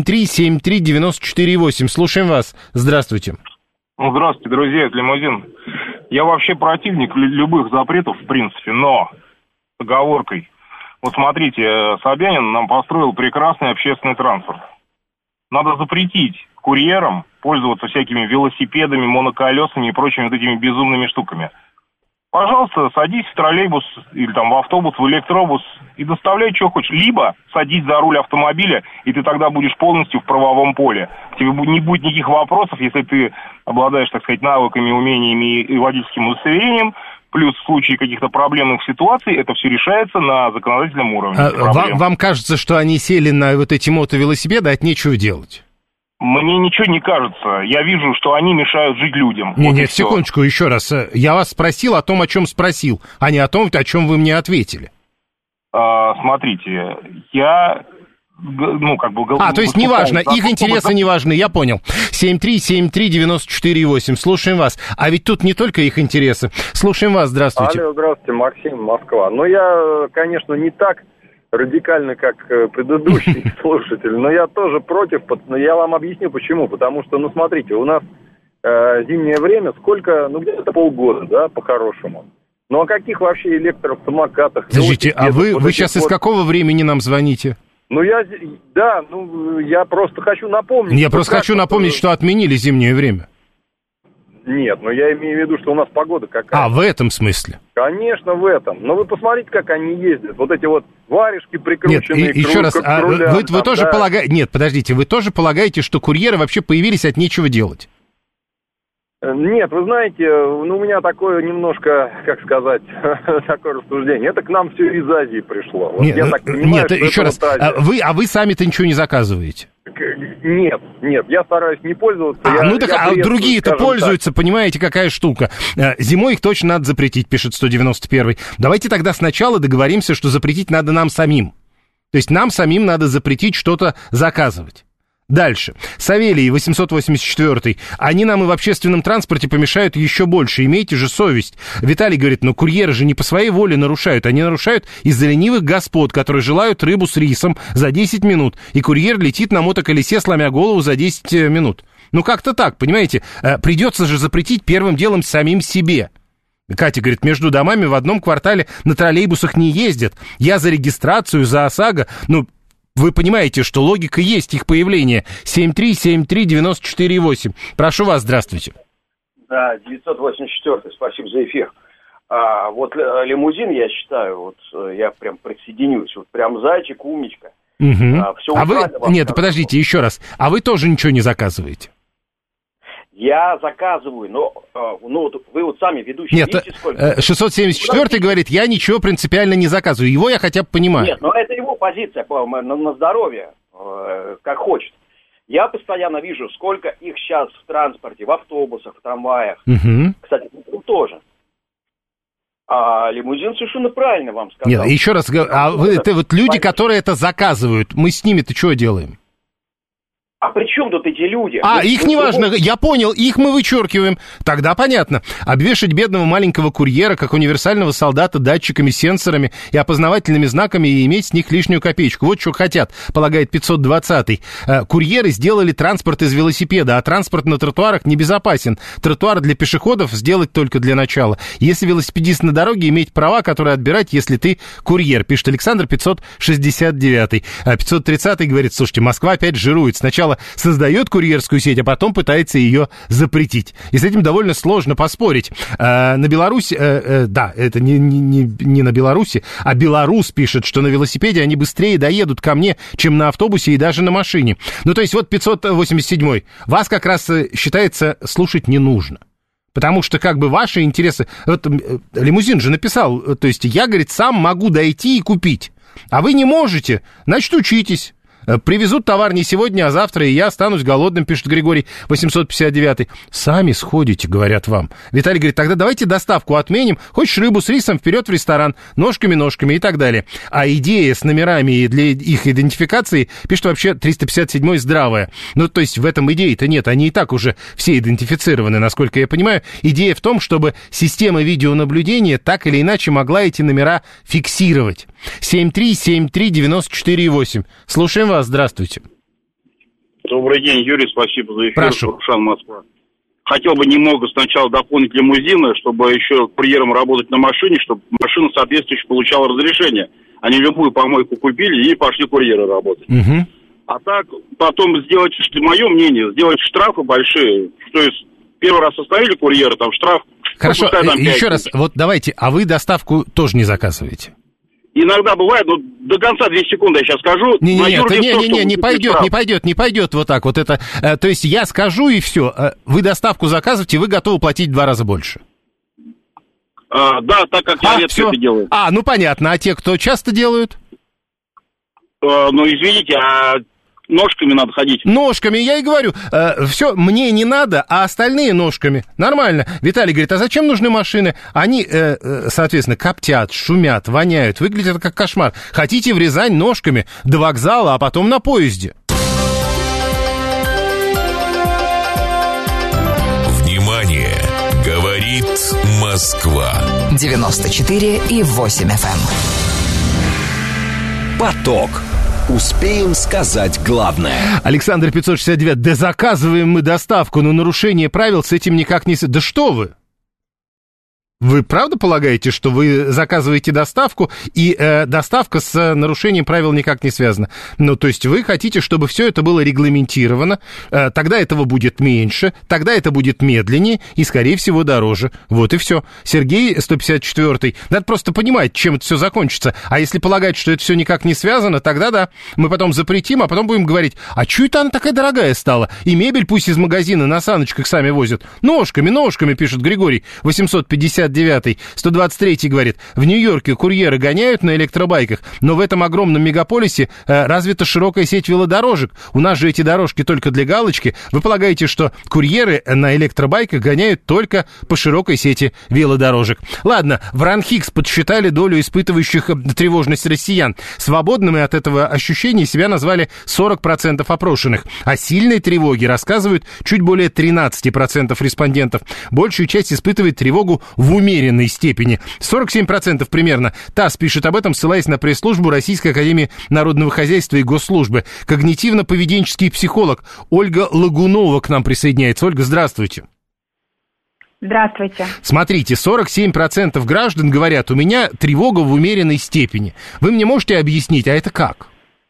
7373948. Слушаем вас. Здравствуйте. Здравствуйте, друзья, это Лимузин. Я вообще противник любых запретов, в принципе, но с оговоркой. Вот смотрите, Собянин нам построил прекрасный общественный транспорт. Надо запретить курьерам пользоваться всякими велосипедами, моноколесами и прочими вот этими безумными штуками. Пожалуйста, садись в троллейбус или там в автобус, в электробус и доставляй, что хочешь. Либо садись за руль автомобиля, и ты тогда будешь полностью в правовом поле. Тебе не будет никаких вопросов, если ты обладаешь, так сказать, навыками, умениями и водительским удостоверением. плюс в случае каких-то проблемных ситуаций это все решается на законодательном уровне. Вам кажется, что они сели на вот эти мотовелосипеды, от нечего делать? Мне ничего не кажется. Я вижу, что они мешают жить людям. Нет, секундочку, еще раз. Я вас спросил о том, о чем спросил, а не о том, о чем вы мне ответили. Смотрите, я... то есть неважно, их интересы не важны, я понял. 7373948, слушаем вас. А ведь тут не только их интересы. Слушаем вас, здравствуйте. Алло, здравствуйте, Максим, Москва. Я, конечно, не так радикально, как предыдущий слушатель, но я тоже против, но я вам объясню почему. Потому что, смотрите, у нас зимнее время, сколько, где-то полгода, да, по-хорошему. Ну, о каких вообще электросамокатах? Подождите, а вы сейчас из какого времени нам звоните? Я просто хочу напомнить. Я просто хочу напомнить, что отменили зимнее время. Нет, я имею в виду, что у нас погода какая. В этом смысле? Конечно, в этом. Но вы посмотрите, как они ездят. Вот эти вот варежки прикрученные. Нет, еще раз, вы тоже полагаете... Нет, подождите, вы тоже полагаете, что курьеры вообще появились от нечего делать? Нет, вы знаете, у меня такое немножко, как сказать, такое рассуждение. Это к нам все из Азии пришло. Вот я так понимаю, что еще раз, вы сами-то ничего не заказываете? Нет, я стараюсь не пользоваться. Другие-то пользуются, понимаете, какая штука. Зимой их точно надо запретить, пишет 191-й. Давайте тогда сначала договоримся, что запретить надо нам самим. То есть нам самим надо запретить что-то заказывать. Дальше. Савелий, 884-й. Они нам и в общественном транспорте помешают еще больше. Имейте же совесть. Виталий говорит, курьеры же не по своей воле нарушают. Они нарушают из-за ленивых господ, которые желают рыбу с рисом за 10 минут. И курьер летит на мотоколесе, сломя голову за 10 минут. Как-то так, понимаете? Придется же запретить первым делом самим себе. Катя говорит, между домами в одном квартале на троллейбусах не ездят. Я за регистрацию, за ОСАГО. Вы понимаете, что логика есть их появления. 7373948. Прошу вас, здравствуйте. Да, 984, спасибо за эфир. Лимузин, я считаю, я прям присоединюсь. Прям зайчик, умничка. Угу. Нет, подождите, еще раз. А вы тоже ничего не заказываете? Я заказываю, но вы сами ведущие. Нет, видите, сколько? 674-й говорит, я ничего принципиально не заказываю. Его я хотя бы понимаю. Нет, но это его позиция на здоровье, как хочет. Я постоянно вижу, сколько их сейчас в транспорте, в автобусах, в трамваях. Угу. Кстати, тоже. А лимузин совершенно правильно вам сказал. Нет, еще раз, это люди, которые это заказывают, мы с ними-то что делаем? А при чем тут эти люди? Их не важно, я понял, их мы вычеркиваем. Тогда понятно. Обвешать бедного маленького курьера, как универсального солдата, датчиками, сенсорами и опознавательными знаками и иметь с них лишнюю копеечку. Вот что хотят, полагает 520-й. Курьеры сделали транспорт из велосипеда, а транспорт на тротуарах небезопасен. Тротуар для пешеходов сделать только для начала. Если велосипедист на дороге, иметь права, которые отбирать, если ты курьер, пишет Александр 569-й. 530-й говорит, слушайте, Москва опять жирует. Сначала создает курьерскую сеть, а потом пытается ее запретить. И с этим довольно сложно поспорить. На Беларуси, это не на Беларуси, а белорус пишет, что на велосипеде они быстрее доедут ко мне, чем на автобусе и даже на машине. То есть 587-й. Вас как раз считается слушать не нужно. Потому что ваши интересы... Лимузин же написал, то есть я, говорит, сам могу дойти и купить. А вы не можете, значит, учитесь. Привезут товар не сегодня, а завтра, и я останусь голодным, пишет Григорий 859-й. Сами сходите, говорят вам. Виталий говорит, тогда давайте доставку отменим. Хочешь рыбу с рисом, вперед в ресторан, ножками и так далее. А идея с номерами и для их идентификации, пишет вообще 357-й, здравая. То есть в этом идеи-то нет, они и так уже все идентифицированы, насколько я понимаю. Идея в том, чтобы система видеонаблюдения так или иначе могла эти номера фиксировать. 7373948. Слушаем вас, здравствуйте. Добрый день, Юрий, спасибо за эфир. Прошу. Рушан, Москва. Хотел бы немного сначала дополнить лимузины, чтобы еще курьером работать на машине, чтобы машина соответствующе получала разрешение. Они любую помойку купили и пошли курьеры работать. Угу. А так, потом сделать, мое мнение, сделать штрафы большие. То есть, первый раз остановили курьера, там штраф. Хорошо, еще раз, давайте, а вы доставку тоже не заказываете? Иногда бывает, но до конца 2 секунды я сейчас скажу. Не пойдет вот так вот это. То есть я скажу и все. Вы доставку заказываете, вы готовы платить в 2 раза больше. Да, так как я редко это делаю. Ну понятно. А те, кто часто делают? Ну, извините, ножками надо ходить. Ножками, я и говорю. Все, мне не надо, а остальные ножками. Нормально. Виталий говорит, а зачем нужны машины? Они, соответственно, коптят, шумят, воняют, выглядят как кошмар. Хотите в Рязань ножками до вокзала, а потом на поезде. Внимание! Говорит Москва. 94,8 FM. Поток. Успеем сказать главное. Александр 569. Да заказываем мы доставку, но нарушение правил с этим никак не... Да что вы? Вы правда полагаете, что вы заказываете доставку, и доставка с нарушением правил никак не связана? Ну, то есть вы хотите, чтобы все это было регламентировано, тогда этого будет меньше, тогда это будет медленнее и, скорее всего, дороже. Вот и все. Сергей, 154-й. Надо просто понимать, чем это все закончится. А если полагать, что это все никак не связано, тогда да, мы потом запретим, а потом будем говорить, а что это она такая дорогая стала? И мебель пусть из магазина на саночках сами возят. Ножками, пишет Григорий, 859. 123-й говорит, в Нью-Йорке курьеры гоняют на электробайках, но в этом огромном мегаполисе развита широкая сеть велодорожек. У нас же эти дорожки только для галочки. Вы полагаете, что курьеры на электробайках гоняют только по широкой сети велодорожек? Ладно, в РАНХИКС подсчитали долю испытывающих тревожность россиян. Свободными от этого ощущения себя назвали 40% опрошенных. О сильной тревоге рассказывают чуть более 13% респондентов. Большую часть испытывает тревогу в умеренной степени. 47% примерно. ТАСС пишет об этом, ссылаясь на пресс-службу Российской академии народного хозяйства и госслужбы. Когнитивно-поведенческий психолог Ольга Лагунова к нам присоединяется. Ольга, здравствуйте. Здравствуйте. Смотрите, 47% граждан говорят, у меня тревога в умеренной степени. Вы мне можете объяснить, а это как?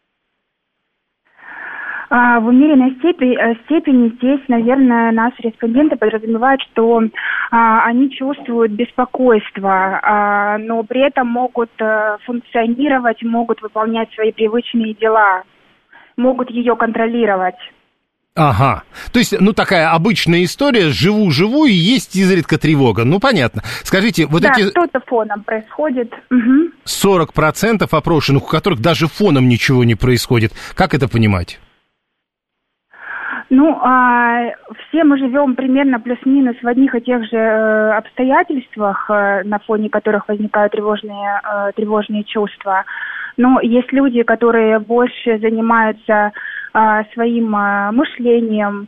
В умеренной степени здесь, наверное, наши респонденты подразумевают, что они чувствуют беспокойство, но при этом могут функционировать, могут выполнять свои привычные дела, могут ее контролировать. Ага, то есть, такая обычная история, живу, и есть изредка тревога, понятно. Скажите, вот да, эти... что-то фоном происходит. 40% опрошенных, у которых даже фоном ничего не происходит, как это понимать? Все мы живем примерно плюс-минус в одних и тех же обстоятельствах, на фоне которых возникают тревожные чувства. Но есть люди, которые больше занимаются своим мышлением,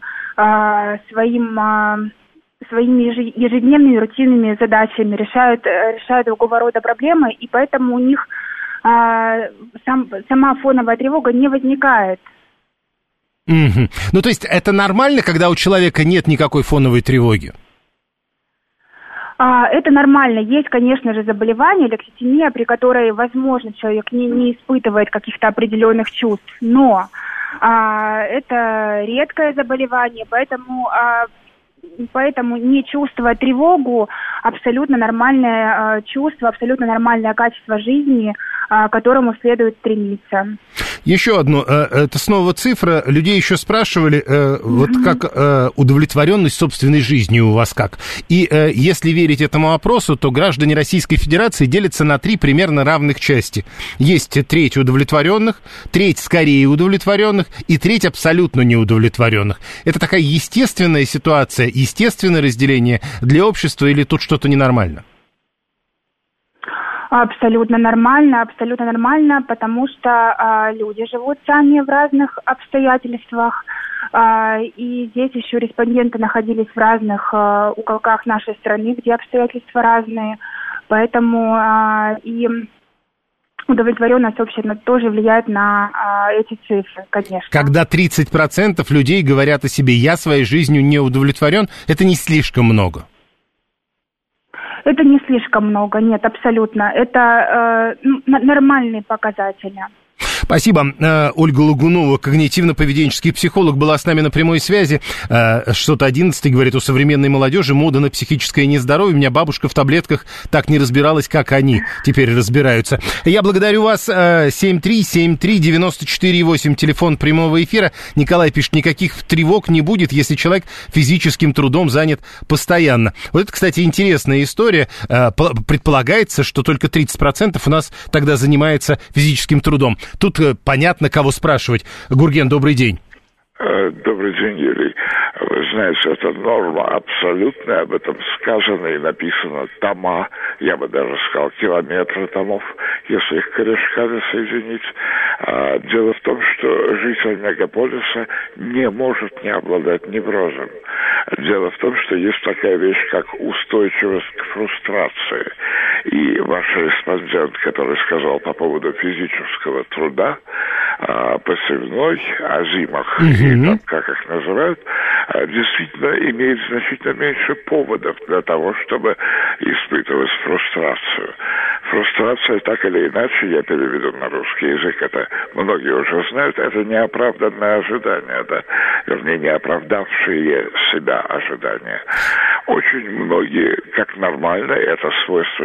своими ежедневными рутинными задачами, решают другого рода проблемы, и поэтому у них сама фоновая тревога не возникает. Угу. То есть это нормально, когда у человека нет никакой фоновой тревоги? Это нормально. Есть, конечно же, заболевание, лекситимия, при которой, возможно, человек не испытывает каких-то определенных чувств, но это редкое заболевание, поэтому не чувствовать тревогу абсолютно нормальное чувство, абсолютно нормальное качество жизни, к которому следует стремиться. Еще одно, это снова цифра. Людей еще спрашивали, вот как удовлетворенность собственной жизнью у вас как. И если верить этому опросу, то граждане Российской Федерации делятся на 3 примерно равных части. Есть треть удовлетворенных, треть скорее удовлетворенных и треть абсолютно неудовлетворенных. Это такая естественная ситуация, естественное разделение для общества или тут что-то ненормально? Абсолютно нормально, потому что люди живут сами в разных обстоятельствах, и здесь еще респонденты находились в разных уголках нашей страны, где обстоятельства разные, поэтому и удовлетворенность общества тоже влияет на эти цифры, конечно. Когда 30% людей говорят о себе, я своей жизнью не удовлетворен, это не слишком много? Это не слишком много, нет, абсолютно. Это нормальные показатели. Спасибо. Ольга Лагунова, когнитивно-поведенческий психолог, была с нами на прямой связи. Что-то 11-й говорит, у современной молодежи мода на психическое нездоровье. У меня бабушка в таблетках так не разбиралась, как они теперь разбираются. Я благодарю вас. 7373948, телефон прямого эфира. Николай пишет, никаких тревог не будет, если человек физическим трудом занят постоянно. Вот это, кстати, интересная история. Предполагается, что только 30% у нас тогда занимается физическим трудом. Тут понятно, кого спрашивать. Гурген, добрый день. Добрый день, Юрий. Вы знаете, это норма абсолютная, об этом сказано и написано тома, я бы даже сказал, километры томов, если их корешками соединить. Дело в том, что житель мегаполиса не может не обладать неврозом. Дело в том, что есть такая вещь, как устойчивость к фрустрации. И ваш респондент, который сказал по поводу физического труда, посевной, озимых, и там, как их называют, действительно имеет значительно меньше поводов для того, чтобы испытывать фрустрацию. Фрустрация, так или иначе, я переведу на русский язык, это многие уже знают, это неоправданное ожидание, да, вернее, неоправдавшие себя ожидания. Очень многие, как нормально, это свойство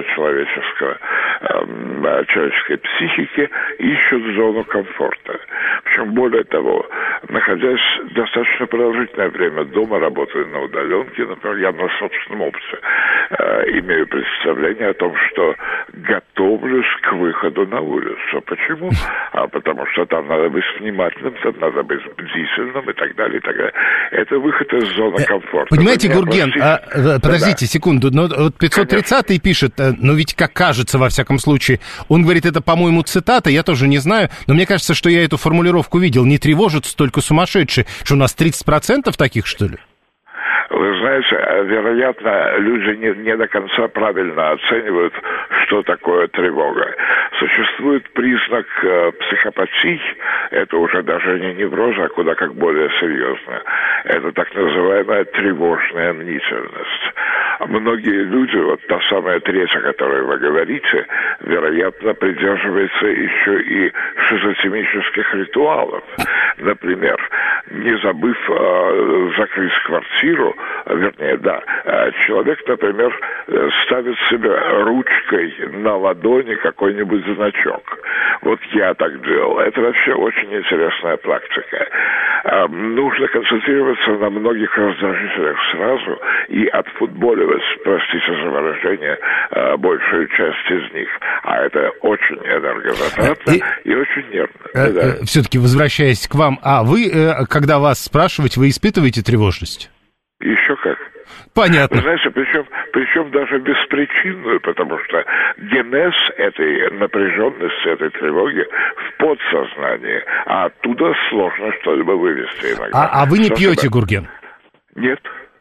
человеческой психики, ищут зону комфорта. Причем, более того, находясь достаточно продолжительное время дома, работая на удаленке, например, я на собственном опыте имею представление о том, что готовлюсь к выходу на улицу. Почему? Потому что там надо быть внимательным, там надо быть бдительным и так далее, и так далее. Это выход из зоны комфорта. Понимаете, Гурген, подождите секунду, но вот 530-й пишет, ну ведь как кажется, во всяком случае, он говорит, это, по-моему, цитата, я тоже не знаю, но мне кажется, что я эту формулировку видел, не тревожатся только сумасшедшие, что у нас 30% таких, что ли? Вы знаете, вероятно, люди не до конца правильно оценивают, что такое тревога. Существует признак психопатии, это уже даже не невроз, а куда как более серьезно. Это так называемая тревожная мнительность. Многие люди, вот та самая третья, о которой вы говорите, вероятно, придерживается еще и шизотемических ритуалов. Например, не забыв закрыть квартиру, вернее, да, человек, например, ставит себе ручкой на ладони какой-нибудь значок. Вот я так делал. Это вообще очень интересная практика. Нужно концентрироваться на многих раздражителях сразу и отфутболивать, простите за выражение, большую часть из них. А это очень энергозатратно и очень нервно. Все-таки, возвращаясь к вам, вы, когда вас спрашивать, вы испытываете тревожность? Еще как. Понятно. Вы знаете, причем даже беспричинную, потому что генез этой напряженности, этой тревоги в подсознании, а оттуда сложно что-либо вывести иногда. А вы не пьете, Гурген? Нет.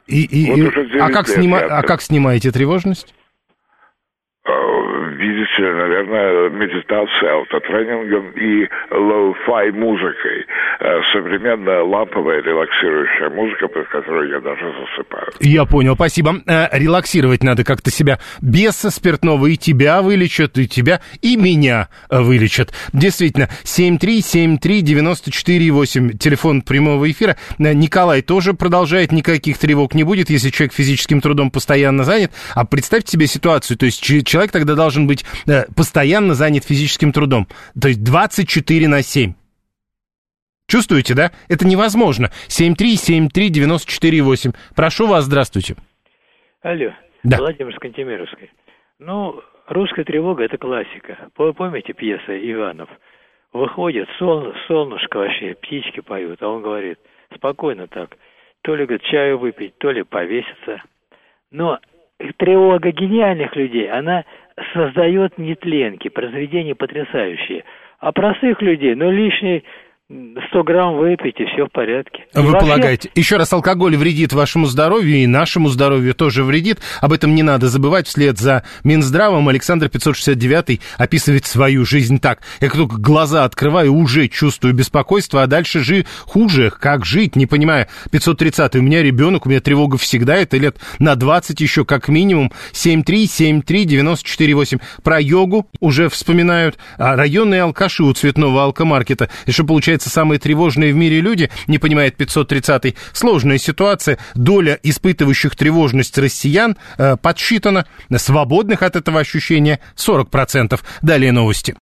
Как снимаете тревожность? Видите, наверное, медитация, аутотренингом и лоу-фай музыкой. Современная ламповая релаксирующая музыка, под которую я даже засыпаю. Я понял, спасибо. Релаксировать надо как-то себя. Без спиртного и тебя вылечат, и тебя, и меня вылечат. Действительно, 7373948, телефон прямого эфира. Николай тоже продолжает, никаких тревог не будет, если человек физическим трудом постоянно занят. А представьте себе ситуацию, то есть человек тогда должен быть постоянно занят физическим трудом. То есть 24/7. Чувствуете, да? Это невозможно. 7373948. Прошу вас, здравствуйте. Алло, да. Владимир с Кантемировской. Ну, русская тревога – это классика. Помните пьеса «Иванов»? Выходит, солнышко вообще, птички поют, а он говорит, спокойно так, то ли, говорит, чаю выпить, то ли повеситься. Но тревога гениальных людей, она создает нетленки, произведения потрясающие. А простых людей, лишний 100 100 грамм выпейте, все в порядке. Вы полагаете? Еще раз, алкоголь вредит вашему здоровью и нашему здоровью тоже вредит. Об этом не надо забывать. Вслед за Минздравом Александр 569 описывает свою жизнь так. Я только глаза открываю, уже чувствую беспокойство, а дальше хуже. Как жить? Не понимаю. 530 у меня ребенок, у меня тревога всегда. Это лет на 20 еще как минимум. 7373948. Про йогу уже вспоминают. А районные алкаши у цветного алкомаркета. И что получается, самые тревожные в мире люди, не понимает 530-й. Сложная ситуация. Доля испытывающих тревожность россиян подсчитана. Свободных от этого ощущения 40%. Далее новости.